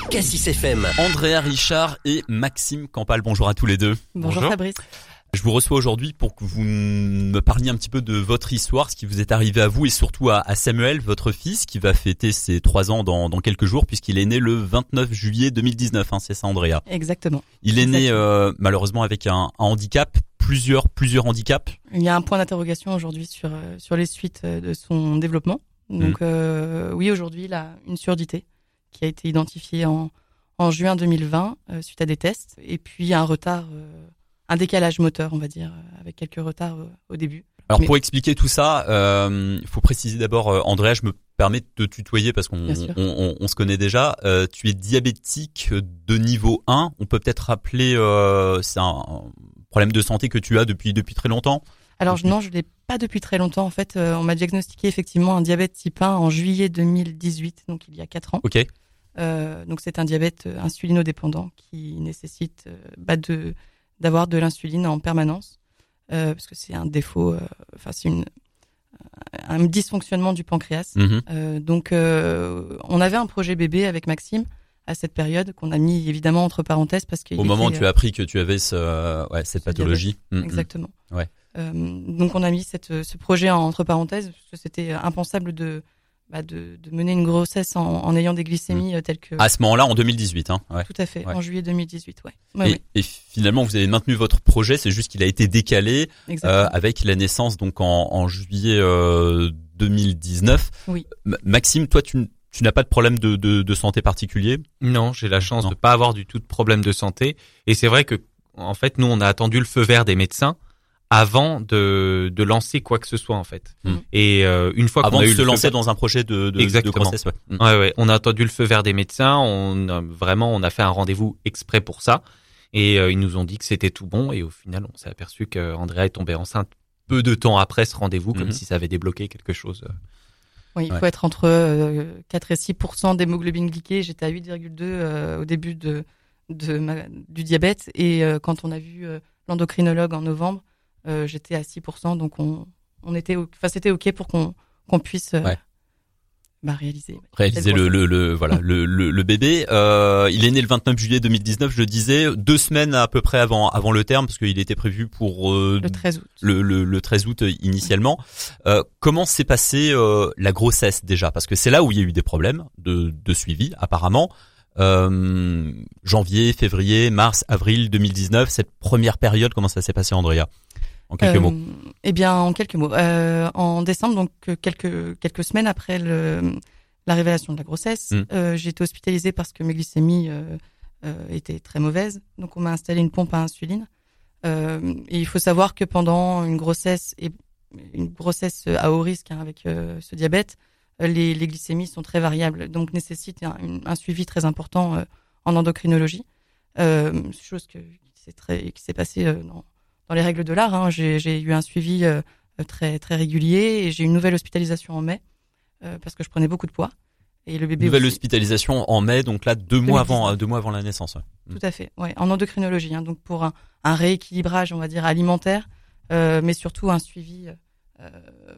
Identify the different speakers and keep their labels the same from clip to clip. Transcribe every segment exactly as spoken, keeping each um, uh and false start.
Speaker 1: Cassis F M.
Speaker 2: Andrea Richard et Maxime Campal, bonjour à tous les deux.
Speaker 3: Bonjour, bonjour Fabrice.
Speaker 2: Je vous reçois aujourd'hui pour que vous me parliez un petit peu de votre histoire, ce qui vous est arrivé à vous et surtout à, à Samuel, votre fils, qui va fêter ses trois ans dans, dans quelques jours puisqu'il est né le vingt-neuf juillet deux mille dix-neuf, hein, c'est ça Andrea?
Speaker 3: Exactement.
Speaker 2: Il est
Speaker 3: Exactement.
Speaker 2: né euh, malheureusement avec un, un handicap, plusieurs plusieurs handicaps.
Speaker 3: Il y a un point d'interrogation aujourd'hui sur euh, sur les suites de son développement. Donc mmh. euh, oui, aujourd'hui il a une surdité qui a été identifiée en en juin deux mille vingt euh, suite à des tests, et puis un retard. Euh, un décalage moteur, on va dire, avec quelques retards au début.
Speaker 2: Alors
Speaker 3: Mais...
Speaker 2: pour expliquer tout ça, il euh, faut préciser d'abord, euh, Andrea, je me permets de te tutoyer parce qu'on on, on, on se connaît déjà. Euh, tu es diabétique de niveau un. On peut peut-être rappeler, euh, c'est un problème de santé que tu as depuis depuis très longtemps.
Speaker 3: Alors depuis... non, je l'ai pas depuis très longtemps. En fait, euh, on m'a diagnostiqué effectivement un diabète type un en juillet deux mille dix-huit, donc il y a quatre ans.
Speaker 2: Ok.
Speaker 3: Euh, donc c'est un diabète insulinodépendant qui nécessite euh, bah, de d'avoir de l'insuline en permanence, euh, parce que c'est un défaut, enfin euh, c'est une un dysfonctionnement du pancréas. Mmh. Euh, donc euh, on avait un projet bébé avec Maxime à cette période qu'on a mis évidemment entre parenthèses parce qu'il
Speaker 2: au moment
Speaker 3: était,
Speaker 2: où tu as appris que tu avais ce, euh, ouais, cette pathologie.
Speaker 3: Mmh. Exactement.
Speaker 2: Ouais.
Speaker 3: Euh, donc on a mis cette, ce projet entre parenthèses parce que c'était impensable de Bah de, de mener une grossesse en, en ayant des glycémies mmh. telles que...
Speaker 2: À ce moment-là, en deux mille dix-huit, hein. Ouais.
Speaker 3: Tout à fait, ouais. En juillet deux mille dix-huit, ouais. ouais,
Speaker 2: et,
Speaker 3: ouais.
Speaker 2: et finalement, vous avez maintenu votre projet, c'est juste qu'il a été décalé euh, avec la naissance donc en, en juillet euh, deux mille dix-neuf.
Speaker 3: Oui.
Speaker 2: M- Maxime, toi, tu, tu n'as pas de problème de, de, de santé particulier?
Speaker 4: Non, j'ai la chance non. de pas avoir du tout de problème de santé. Et c'est vrai que, en fait, nous, on a attendu le feu vert des médecins avant de de lancer quoi que ce soit en fait. Mmh. Et euh, une fois qu'on
Speaker 2: avant
Speaker 4: a
Speaker 2: de
Speaker 4: eu
Speaker 2: se
Speaker 4: le
Speaker 2: lancer
Speaker 4: feu...
Speaker 2: dans un projet de de, de grossesse, ouais.
Speaker 4: Mmh. ouais ouais, on a attendu le feu vert des médecins, on a, vraiment on a fait un rendez-vous exprès pour ça et euh, ils nous ont dit que c'était tout bon et au final on s'est aperçu que Andrea est tombée enceinte peu de temps après ce rendez-vous, comme mmh. si ça avait débloqué quelque chose.
Speaker 3: Oui, il
Speaker 4: ouais.
Speaker 3: faut être entre euh, quatre et six pour cent d'hémoglobine glyquée, j'étais à huit virgule deux euh, au début de de ma, du diabète et euh, quand on a vu euh, l'endocrinologue en novembre, Euh, j'étais à six pour cent, donc on, on était, enfin c'était ok pour qu'on, qu'on puisse euh,
Speaker 2: ouais.
Speaker 3: bah, réaliser.
Speaker 2: Réaliser le, le, le, voilà, le, le, le bébé. Euh, il est né le vingt-neuf juillet deux mille dix-neuf, je le disais, deux semaines à peu près avant, avant le terme, parce qu'il était prévu pour euh,
Speaker 3: le treize août.
Speaker 2: Le, le, le treize août initialement. Euh, comment s'est passée euh, la grossesse déjà? Parce que c'est là où il y a eu des problèmes de, de suivi, apparemment. Euh, janvier, février, mars, avril deux mille dix-neuf, cette première période, comment ça s'est passé, Andrea? En quelques
Speaker 3: euh,
Speaker 2: mots.
Speaker 3: Eh bien, en quelques mots. Euh, en décembre, donc quelques quelques semaines après le, la révélation de la grossesse, mmh. euh, j'ai été hospitalisée parce que mes glycémies euh, euh, étaient très mauvaises. Donc, on m'a installé une pompe à insuline. Euh, et il faut savoir que pendant une grossesse et une grossesse à haut risque hein, avec euh, ce diabète, les, les glycémies sont très variables, donc nécessitent un, un suivi très important euh, en endocrinologie. Euh, chose que, qui s'est très qui s'est passée euh, dans Dans les règles de l'art, hein, j'ai, j'ai eu un suivi euh, très très régulier et j'ai eu une nouvelle hospitalisation en mai euh, parce que je prenais beaucoup de poids et le bébé.
Speaker 2: Nouvelle
Speaker 3: aussi.
Speaker 2: hospitalisation en mai, donc là deux mois avant, deux mois avant la naissance. Ouais.
Speaker 3: Tout à fait, ouais, en endocrinologie, hein, donc pour un, un rééquilibrage, on va dire alimentaire, euh, mais surtout un suivi, euh,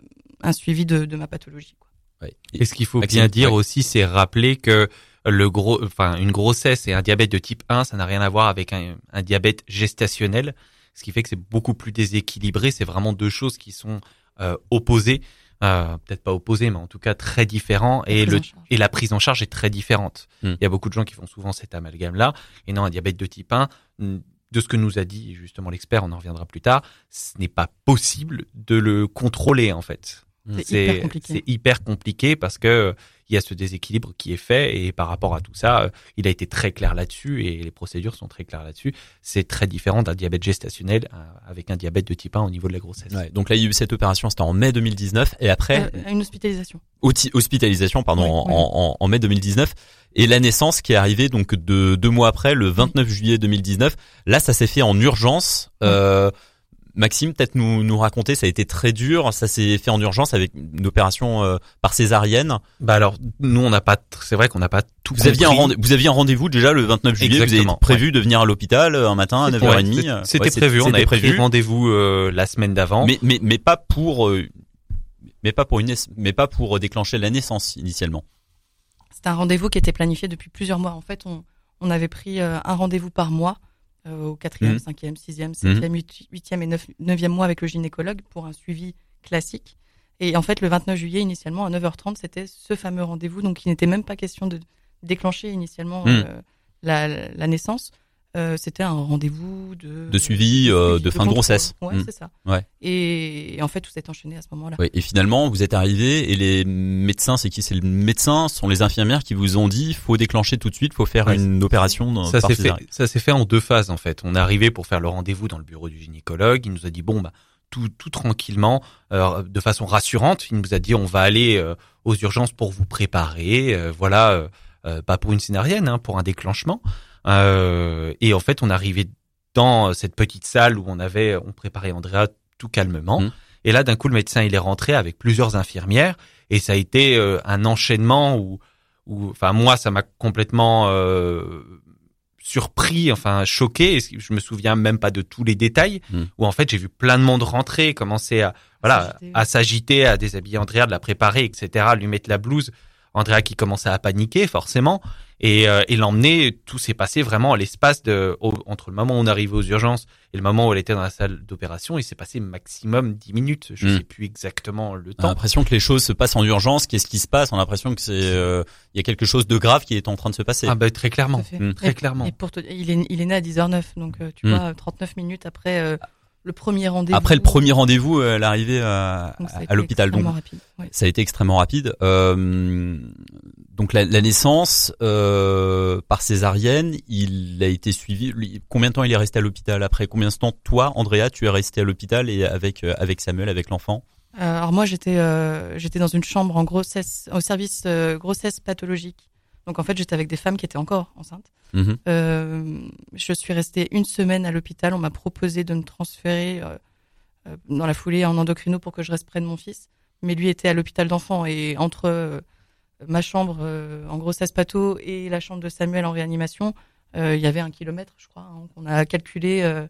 Speaker 3: un suivi de, de ma pathologie. Quoi.
Speaker 2: Ouais.
Speaker 4: Et, et ce qu'il faut Maxime, bien dire ouais. aussi, c'est rappeler que le gros, enfin une grossesse et un diabète de type un, ça n'a rien à voir avec un, un diabète gestationnel. Ce qui fait que c'est beaucoup plus déséquilibré. C'est vraiment deux choses qui sont euh, opposées, euh, peut-être pas opposées, mais en tout cas très différents. Et le et la prise en charge est très différente. Mm. Il y a beaucoup de gens qui font souvent cet amalgame-là. Et non, un diabète de type un, de ce que nous a dit justement l'expert, on en reviendra plus tard, ce n'est pas possible de le contrôler en fait.
Speaker 3: C'est,
Speaker 4: c'est
Speaker 3: hyper compliqué.
Speaker 4: C'est hyper compliqué parce que il y a ce déséquilibre qui est fait et par rapport à tout ça, il a été très clair là-dessus et les procédures sont très claires là-dessus. C'est très différent d'un diabète gestationnel avec un diabète de type un au niveau de la grossesse.
Speaker 2: Ouais, donc là, il y a eu cette opération, c'était en mai deux mille dix-neuf et après...
Speaker 3: Euh, une hospitalisation.
Speaker 2: Hospitalisation, pardon,
Speaker 3: oui,
Speaker 2: en,
Speaker 3: oui.
Speaker 2: En, en mai deux mille dix-neuf. Et la naissance qui est arrivée donc de deux mois après, le vingt-neuf oui. juillet deux mille dix-neuf. Là, ça s'est fait en urgence. Oui. Euh, Maxime, peut-être nous nous raconter, ça a été très dur, ça s'est fait en urgence avec une opération euh, par césarienne.
Speaker 4: Bah alors nous on n'a pas, c'est vrai qu'on n'a pas tout.
Speaker 2: Vous aviez un rendez- vous aviez un rendez-vous déjà le vingt-neuf juillet. Exactement, vous avez prévu ouais. de venir à l'hôpital un matin à neuf heures trente.
Speaker 4: Ouais, c'était, c'était ouais, prévu, c'était on avait prévu. Pris rendez-vous euh, la semaine d'avant.
Speaker 2: Mais mais mais pas pour euh, mais pas pour une mais pas pour déclencher la naissance initialement.
Speaker 3: C'était un rendez-vous qui était planifié depuis plusieurs mois. En fait, on, on avait pris euh, un rendez-vous par mois euh, au quatrième, mmh. cinquième, sixième, septième, mmh. huitième et neuf, neuvième mois avec le gynécologue pour un suivi classique. Et en fait, le vingt-neuf juillet, initialement, à neuf heures trente, c'était ce fameux rendez-vous. Donc, il n'était même pas question de déclencher initialement mmh. euh, la, la naissance. Euh, c'était un rendez-vous de...
Speaker 2: De suivi, de, euh, de, de fin de grossesse.
Speaker 3: Ouais, mmh. c'est ça.
Speaker 2: Ouais.
Speaker 3: Et, et en fait, tout s'est enchaîné à ce moment-là.
Speaker 2: Ouais, et finalement, vous êtes arrivé et les médecins, c'est qui? C'est le médecin, ce sont les infirmières qui vous ont dit, faut déclencher tout de suite, faut faire ouais, une opération. Dans,
Speaker 4: ça
Speaker 2: par
Speaker 4: s'est fait, ça s'est fait en deux phases, en fait. On est arrivé pour faire le rendez-vous dans le bureau du gynécologue. Il nous a dit, bon, bah, tout, tout tranquillement, euh, de façon rassurante. Il nous a dit, on va aller euh, aux urgences pour vous préparer. Euh, voilà, euh, euh, pas pour une césarienne, hein, pour un déclenchement. Euh, et en fait, on arrivait dans cette petite salle où on avait, on préparait Andrea tout calmement. Mmh. Et là, d'un coup, le médecin, il est rentré avec plusieurs infirmières et ça a été euh, un enchaînement où, où, enfin, moi, ça m'a complètement euh, surpris, enfin, choqué. Je me souviens même pas de tous les détails. Mmh. Où en fait, j'ai vu plein de monde rentrer, commencer à, voilà, s'agiter, à s'agiter, à déshabiller Andrea, de la préparer, et cetera, lui mettre la blouse. Andrea qui commençait à paniquer forcément et, euh, et l'emmener, tout s'est passé vraiment à l'espace de au, entre le moment où on arrivait aux urgences et le moment où elle était dans la salle d'opération, il s'est passé maximum dix minutes, je mmh. sais plus exactement le temps.
Speaker 2: On a l'impression que les choses se passent en urgence, qu'est-ce qui se passe? On a l'impression que c'est euh, il y a quelque chose de grave qui est en train de se passer.
Speaker 4: Ah bah très clairement, mmh. très
Speaker 3: et,
Speaker 4: clairement.
Speaker 3: Et pour te, il est il est né à dix heures neuf donc euh, tu mmh. vois trente-neuf minutes après euh, le premier rendez-vous.
Speaker 2: Après le premier rendez-vous, euh, l'arrivée à, à, à l'hôpital. Donc,
Speaker 3: rapide, ouais.
Speaker 2: ça a été extrêmement rapide. Euh, donc, la, la naissance euh, par césarienne, il a été suivi. Combien de temps il est resté à l'hôpital après? Combien de temps, toi, Andrea, tu es resté à l'hôpital et avec euh, avec Samuel, avec l'enfant?
Speaker 3: euh, Alors moi, j'étais euh, j'étais dans une chambre en grossesse, au service euh, grossesse pathologique. Donc en fait, j'étais avec des femmes qui étaient encore enceintes. Mmh. Euh, je suis restée une semaine à l'hôpital. On m'a proposé de me transférer euh, euh, dans la foulée en endocrino pour que je reste près de mon fils. Mais lui était à l'hôpital d'enfants et entre euh, ma chambre euh, en grossesse patho et la chambre de Samuel en réanimation, euh, il y avait un kilomètre, je crois. Hein. On a calculé euh,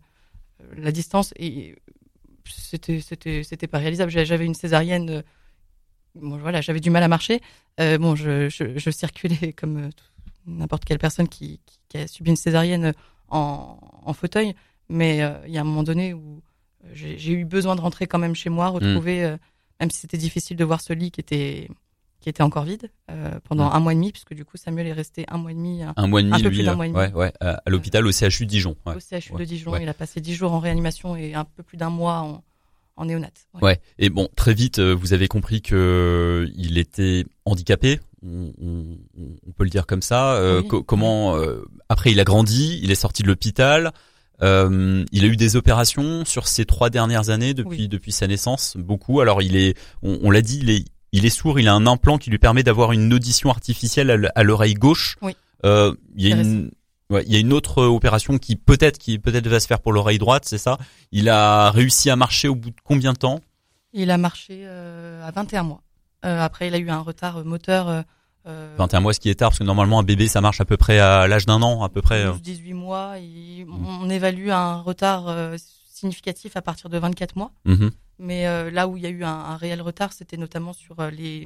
Speaker 3: la distance et c'était c'était c'était pas réalisable. J'avais une césarienne. Euh, Bon, voilà, j'avais du mal à marcher. Euh, bon, je, je, je circulais comme euh, n'importe quelle personne qui, qui, qui a subi une césarienne en, en fauteuil. Mais euh, il y a un moment donné où j'ai, j'ai eu besoin de rentrer quand même chez moi, retrouver, mmh. euh, même si c'était difficile de voir ce lit qui était qui était encore vide euh, pendant mmh. un mois et demi, puisque du coup Samuel est resté un mois et demi, un,
Speaker 2: un mois et demi,
Speaker 3: un peu
Speaker 2: lui,
Speaker 3: plus d'un mois et demi,
Speaker 2: ouais, ouais, à, à l'hôpital au C H U de Dijon. Ouais.
Speaker 3: Au C H U
Speaker 2: ouais.
Speaker 3: de Dijon,
Speaker 2: ouais.
Speaker 3: Il a passé dix jours en réanimation et un peu plus d'un mois en en néonat.
Speaker 2: Ouais. ouais. Et bon, très vite, vous avez compris que il était handicapé. On, on, on peut le dire comme ça. Euh, oui. co- comment euh, après, il a grandi, il est sorti de l'hôpital. Euh, il a eu des opérations sur ces trois dernières années depuis oui. depuis sa naissance, beaucoup. Alors, il est, on, on l'a dit, il est il est sourd. Il a un implant qui lui permet d'avoir une audition artificielle à l'oreille gauche.
Speaker 3: Oui.
Speaker 2: Euh, il y a une Ouais, il y a une autre opération qui peut-être qui peut-être va se faire pour l'oreille droite, c'est ça. Il a réussi à marcher au bout de combien de temps?
Speaker 3: Il a marché euh, à vingt et un mois. Euh, après, il a eu un retard moteur.
Speaker 2: Euh, vingt et un mois, ce qui est tard, parce que normalement un bébé ça marche à peu près à l'âge d'un an, à peu près.
Speaker 3: douze, dix-huit mois. Il, mmh. On évalue un retard euh, significatif à partir de vingt-quatre mois. Mmh. Mais euh, là où il y a eu un, un réel retard, c'était notamment sur euh, les,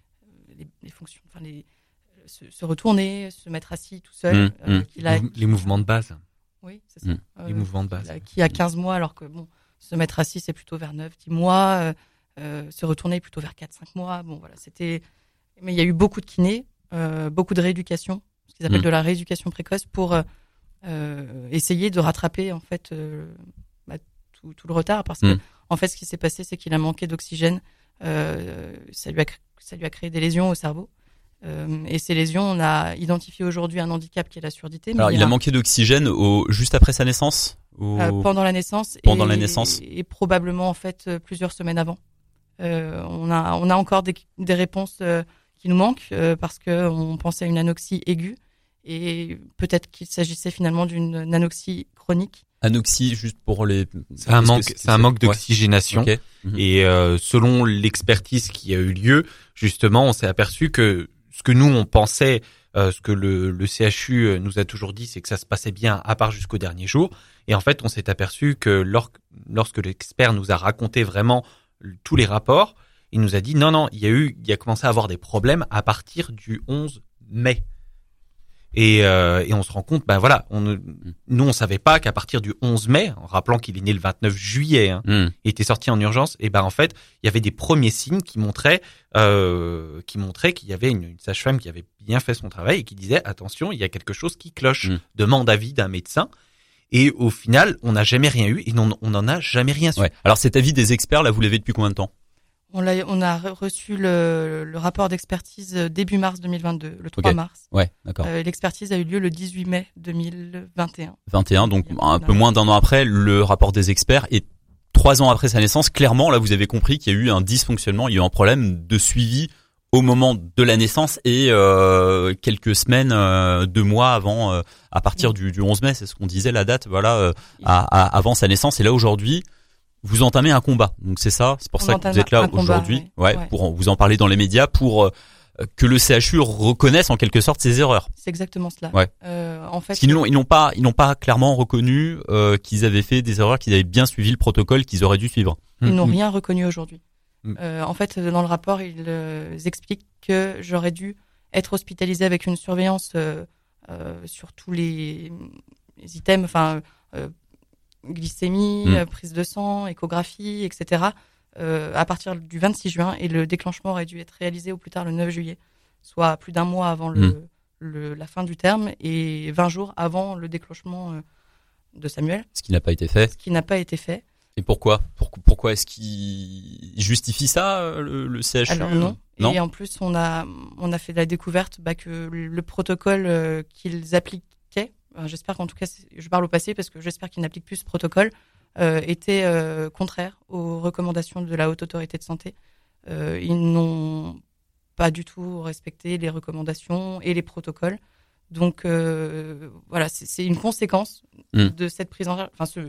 Speaker 3: les les fonctions, enfin les Se, se retourner, se mettre assis tout seul.
Speaker 2: Mmh,
Speaker 3: euh,
Speaker 2: mmh.
Speaker 3: Qu'il a,
Speaker 4: les mouvements de base.
Speaker 3: Oui, c'est ça.
Speaker 2: Mmh.
Speaker 3: Euh,
Speaker 4: les mouvements de base.
Speaker 3: Qui a, qui a quinze mois, alors que bon, se mettre assis, c'est plutôt vers neuf, dix mois. Euh, euh, se retourner plutôt vers quatre, cinq mois. Bon, voilà, c'était. Mais il y a eu beaucoup de kinés, euh, beaucoup de rééducation, ce qu'ils appellent mmh. de la rééducation précoce, pour euh, essayer de rattraper en fait euh, bah, tout, tout le retard, parce que mmh. en fait, ce qui s'est passé, c'est qu'il a manqué d'oxygène. Euh, ça lui a ça lui a créé des lésions au cerveau. Euh, et ces lésions, on a identifié aujourd'hui un handicap qui est la surdité. Mais
Speaker 2: Alors, il, il a, a manqué d'oxygène au, juste après sa naissance ou...
Speaker 3: euh, pendant la naissance.
Speaker 2: Pendant
Speaker 3: et,
Speaker 2: la naissance.
Speaker 3: Et, et probablement, en fait, plusieurs semaines avant. Euh, on a, on a encore des, des réponses euh, qui nous manquent euh, parce que on pensait à une anoxie aiguë et peut-être qu'il s'agissait finalement d'une anoxie chronique.
Speaker 2: Anoxie, juste pour les.
Speaker 4: C'est un manque, c'est, c'est un manque d'oxygénation.
Speaker 2: Ouais. Okay. Mmh.
Speaker 4: Et euh, selon l'expertise qui a eu lieu, justement, on s'est aperçu que ce que nous on pensait, euh, ce que le, le C H U nous a toujours dit, c'est que ça se passait bien à part jusqu'au dernier jour. Et en fait, on s'est aperçu que lor, lorsque l'expert nous a raconté vraiment tous les rapports, il nous a dit non non, il y a eu, il y a commencé à avoir des problèmes à partir du onze mai. Et, euh, et on se rend compte, ben voilà, on ne, nous on savait pas qu'à partir du onze mai, en rappelant qu'il est né le vingt-neuf juillet, hein, mm. et était sorti en urgence, et ben en fait, il y avait des premiers signes qui montraient, euh, qui montraient qu'il y avait une, une sage-femme qui avait bien fait son travail et qui disait attention, il y a quelque chose qui cloche, mm. demande avis d'un médecin. Et au final, on n'a jamais rien eu et non, on n'en a jamais rien su.
Speaker 2: Ouais. Alors cet avis des experts, là, vous l'avez depuis combien de temps ?
Speaker 3: On, l'a, on a reçu le, le rapport d'expertise début mars deux mille vingt-deux, le trois
Speaker 2: okay.
Speaker 3: mars.
Speaker 2: Ouais, d'accord.
Speaker 3: Euh, l'expertise a eu lieu le dix-huit mai deux mille vingt et un.
Speaker 2: vingt et un, donc un peu moins d'un an après le rapport des experts et trois ans après sa naissance. Clairement, là, vous avez compris qu'il y a eu un dysfonctionnement, il y a eu un problème de suivi au moment de la naissance et euh, quelques semaines, euh, deux mois avant, euh, à partir du, du onze mai, c'est ce qu'on disait la date, voilà, euh, à, à, avant sa naissance. Et là aujourd'hui, vous entamez un combat. Donc c'est ça, c'est pour
Speaker 3: On
Speaker 2: ça que vous êtes là aujourd'hui,
Speaker 3: combat,
Speaker 2: ouais, ouais, pour vous en parler dans les médias, pour euh, que le C H U reconnaisse en quelque sorte ses erreurs.
Speaker 3: C'est exactement cela.
Speaker 2: Ouais.
Speaker 3: Euh, en fait,
Speaker 2: Parce qu'ils n'ont, ils n'ont pas, ils n'ont pas clairement reconnu euh, qu'ils avaient fait des erreurs, qu'ils avaient bien suivi le protocole qu'ils auraient dû suivre.
Speaker 3: Ils
Speaker 2: mmh.
Speaker 3: n'ont rien reconnu aujourd'hui.
Speaker 2: Mmh.
Speaker 3: Euh, en fait, dans le rapport, ils euh, expliquent que j'aurais dû être hospitalisée avec une surveillance euh, euh, sur tous les, les items, enfin euh, glycémie, mmh. prise de sang, échographie, et cetera. Euh, à partir du vingt-six juin, et le déclenchement aurait dû être réalisé au plus tard le neuf juillet, soit plus d'un mois avant le, mmh. le, la fin du terme et vingt jours avant le déclenchement euh, de Samuel.
Speaker 2: Ce qui n'a pas été fait.
Speaker 3: Ce qui n'a pas été fait.
Speaker 2: Et pourquoi pourquoi, pourquoi est-ce qu'il justifie ça, le, le C H U ?
Speaker 3: Alors non.
Speaker 2: non.
Speaker 3: Et en plus, on a on a fait la découverte bah, que le protocole euh, qu'ils appliquaient, euh, j'espère qu'en tout cas, je parle au passé parce que j'espère qu'ils n'appliquent plus ce protocole, euh, était euh, contraire aux recommandations de la Haute Autorité de Santé. Euh, ils n'ont pas du tout respecté les recommandations et les protocoles. Donc euh, voilà, c'est, c'est une conséquence mmh. de cette prise en charge. Enfin, ce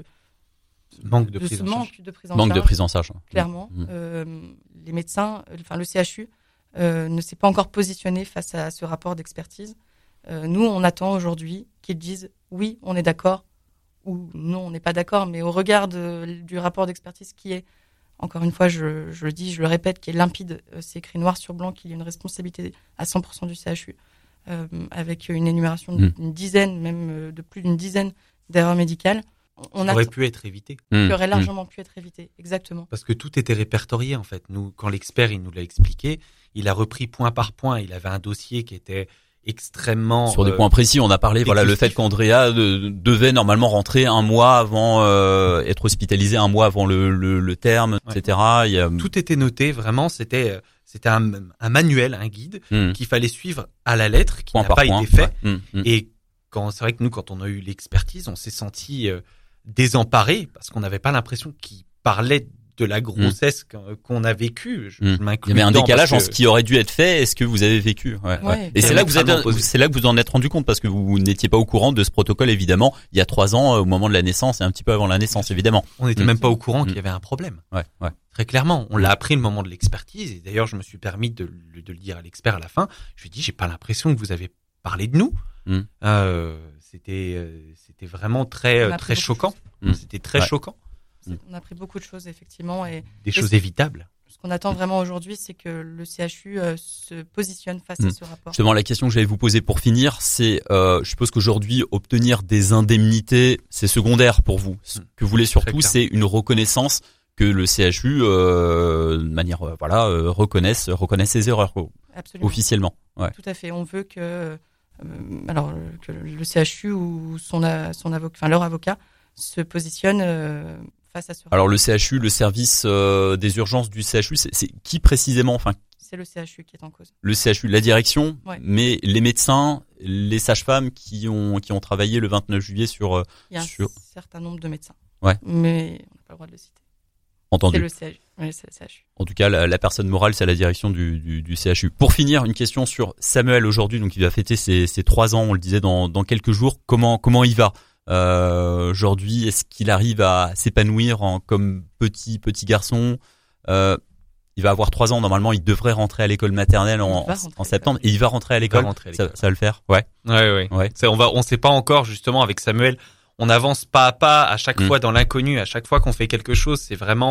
Speaker 4: manque de,
Speaker 3: de
Speaker 4: prise
Speaker 3: ce
Speaker 4: en
Speaker 3: manque
Speaker 4: charge.
Speaker 3: de prise en
Speaker 2: manque
Speaker 3: charge.
Speaker 2: de prise en charge.
Speaker 3: Clairement, mmh. euh, les médecins, enfin le C H U, euh, ne s'est pas encore positionné face à ce rapport d'expertise. Euh, nous, on attend aujourd'hui qu'ils disent oui, on est d'accord, ou non, on n'est pas d'accord. Mais au regard de, du rapport d'expertise qui est, encore une fois, je, je le dis, je le répète, qui est limpide, euh, c'est écrit noir sur blanc qu'il y a une responsabilité à cent pour cent du C H U, euh, avec une énumération d'une mmh. dizaine, même euh, de plus d'une dizaine d'erreurs médicales.
Speaker 4: On aurait pu être évité.
Speaker 3: Qui aurait largement mmh. pu être évité, exactement.
Speaker 4: Parce que tout était répertorié, en fait. Nous, quand l'expert, il nous l'a expliqué, il a repris point par point. Il avait un dossier qui était extrêmement...
Speaker 2: Sur des euh, points précis, on a parlé, voilà, le fait qu'Andrea de, devait normalement rentrer un mois avant, euh, être hospitalisé un mois avant le, le, le terme, ouais. et cetera. Il y a...
Speaker 4: Tout était noté, vraiment, c'était... C'était un, un manuel, un guide mmh. qu'il fallait suivre à la lettre, qui point n'a pas point. été fait. Ouais. Mmh. Et quand, c'est vrai que nous, quand on a eu l'expertise, on s'est senti... Euh, désemparé parce qu'on n'avait pas l'impression qu'il parlait de la grossesse mmh. qu'on a vécue. Je, mmh. je
Speaker 2: Il y avait un décalage que... en ce qui aurait dû être fait et ce que vous avez vécu. Ouais, ouais. Ouais. Et c'est là que vous êtes, posé. c'est là que vous en êtes rendu compte parce que vous n'étiez pas au courant de ce protocole évidemment il y a trois ans au moment de la naissance et un petit peu avant la naissance évidemment.
Speaker 4: On n'était mmh. même pas au courant mmh. qu'il y avait un problème.
Speaker 2: Ouais, ouais.
Speaker 4: Très clairement, on l'a appris le moment de l'expertise et d'ailleurs je me suis permis de, de le dire à l'expert à la fin. Je lui ai dit j'ai pas l'impression que vous avez parlé de nous. Mmh. Euh, c'était euh, c'était vraiment très euh, très choquant. Mmh. C'était très ouais. choquant.
Speaker 3: On a appris beaucoup de choses effectivement et
Speaker 4: des
Speaker 3: et
Speaker 4: choses évitables.
Speaker 3: Ce qu'on attend vraiment aujourd'hui, c'est que le C H U euh, se positionne face mmh. à ce rapport.
Speaker 2: Justement, la question que j'allais vous poser pour finir, c'est, euh, je suppose qu'aujourd'hui, obtenir des indemnités, c'est secondaire pour vous. Ce que vous voulez surtout, c'est une reconnaissance que le C H U, euh, de manière, euh, voilà, euh, reconnaisse, reconnaisse ses erreurs
Speaker 3: Absolument.
Speaker 2: officiellement. Ouais.
Speaker 3: Tout à fait. On veut que, euh, alors, que le C H U ou son, son avocat, enfin leur avocat, se positionne euh, face à ce.
Speaker 2: Alors le C H U, le service euh, des urgences du C H U, c'est, c'est qui précisément, enfin.
Speaker 3: C'est le C H U qui est en cause.
Speaker 2: Le C H U, la direction,
Speaker 3: ouais.
Speaker 2: mais les médecins, les sages-femmes qui ont qui ont travaillé le vingt-neuf juillet sur.
Speaker 3: Il y a
Speaker 2: sur...
Speaker 3: un certain nombre de médecins.
Speaker 2: Ouais.
Speaker 3: Mais on n'a pas le droit de le citer.
Speaker 2: Entendu.
Speaker 3: C'est le C H U. Oui, c'est le C H U.
Speaker 2: En tout cas, la, la personne morale, c'est la direction du, du, du C H U. Pour finir, une question sur Samuel aujourd'hui. Donc, il va fêter ses, ses trois ans. On le disait dans, dans quelques jours. Comment comment il va euh, aujourd'hui? Est-ce qu'il arrive à s'épanouir en, comme petit petit garçon? euh, Il va avoir trois ans. Normalement, il devrait rentrer à l'école maternelle en, en septembre. Et il va rentrer à l'école.
Speaker 4: Rentrer à l'école.
Speaker 2: Ça, ça va le faire. Ouais.
Speaker 4: Ouais, ouais. ouais. C'est, on va, on sait pas encore justement avec Samuel. On avance pas à pas à chaque mmh. fois dans l'inconnu. À chaque fois qu'on fait quelque chose, c'est vraiment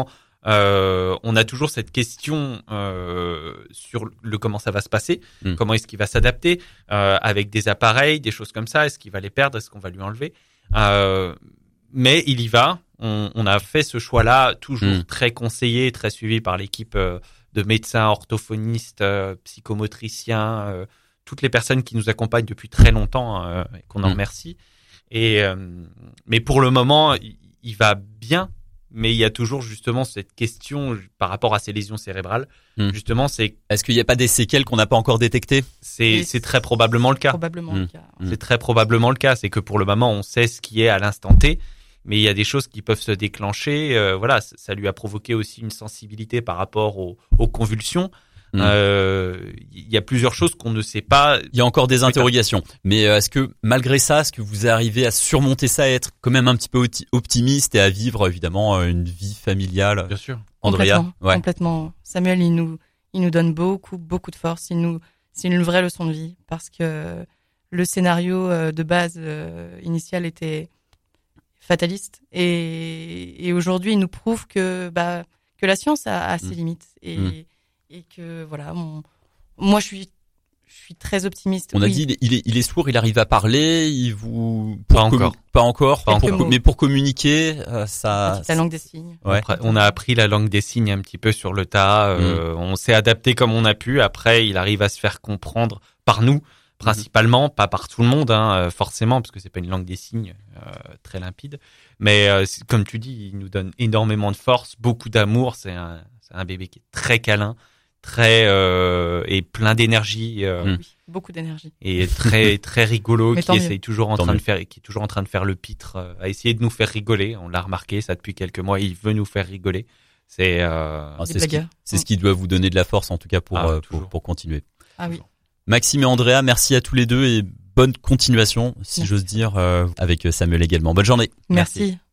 Speaker 4: euh, on a toujours cette question euh, sur le comment ça va se passer, mmh. comment est-ce qu'il va s'adapter euh, avec des appareils, des choses comme ça. Est-ce qu'il va les perdre? Est-ce qu'on va lui enlever? euh, Mais il y va. On, on a fait ce choix-là, toujours mmh. très conseillé, très suivi par l'équipe euh, de médecins, orthophonistes, euh, psychomotriciens, euh, toutes les personnes qui nous accompagnent depuis très longtemps, euh, et qu'on en mmh. remercie. Et euh, mais pour le moment, il, il va bien. Mais il y a toujours justement cette question par rapport à ces lésions cérébrales. Mmh. Justement, c'est
Speaker 2: est-ce qu'il n'y a pas des séquelles qu'on n'a pas encore détectées?
Speaker 4: C'est c'est très probablement le cas.
Speaker 3: Probablement mmh. le cas.
Speaker 4: Mmh. C'est très probablement le cas. C'est que pour le moment, on sait ce qui est à l'instant T, mais il y a des choses qui peuvent se déclencher. Euh, voilà, ça lui a provoqué aussi une sensibilité par rapport aux, aux convulsions. Il mmh. euh, y a plusieurs choses qu'on ne sait pas.
Speaker 2: Il y a encore des interrogations. Mais est-ce que malgré ça, est-ce que vous arrivez à surmonter ça, à être quand même un petit peu optimiste et à vivre évidemment une vie familiale?
Speaker 4: Bien sûr.
Speaker 2: Andrea,
Speaker 3: complètement, ouais. complètement. Samuel, il nous, il nous donne beaucoup, beaucoup de force. Il nous, c'est une vraie leçon de vie parce que le scénario de base euh, initial était fataliste et, et aujourd'hui, il nous prouve que bah que la science a, a ses mmh. limites et mmh. et que voilà, mon, moi je suis je suis très optimiste.
Speaker 2: On
Speaker 3: oui.
Speaker 2: a dit il est, il est il est sourd, il arrive à parler, il vous pour
Speaker 4: pas encore
Speaker 2: commu- pas encore,
Speaker 4: pas
Speaker 2: pour,
Speaker 4: encore.
Speaker 2: mais pour communiquer euh, ça
Speaker 3: la langue des signes.
Speaker 2: Ouais.
Speaker 4: Après, on a appris la langue des signes un petit peu sur le tas, euh, mmh. on s'est adapté comme on a pu. Après, il arrive à se faire comprendre par nous principalement, mmh. pas par tout le monde hein, forcément parce que c'est pas une langue des signes euh, très limpide, mais euh, comme tu dis, il nous donne énormément de force, beaucoup d'amour, c'est un c'est un bébé qui est très câlin, très euh, et plein d'énergie euh,
Speaker 3: oui, beaucoup d'énergie
Speaker 4: et très très rigolo qui essaye toujours en
Speaker 2: tant
Speaker 4: train
Speaker 2: mieux.
Speaker 4: de faire qui est toujours en train de faire le pitre euh, à essayer de nous faire rigoler. On l'a remarqué ça depuis quelques mois, il veut nous faire rigoler. C'est euh,
Speaker 2: ah, c'est ce qui, c'est ce qui doit vous donner de la force en tout cas pour
Speaker 4: ah,
Speaker 2: euh, pour, pour continuer.
Speaker 3: Ah oui.
Speaker 2: Maxime et Andrea, merci à tous les deux et bonne continuation si
Speaker 3: merci.
Speaker 2: j'ose dire euh, avec Samuel également. Bonne journée.
Speaker 3: Merci. merci.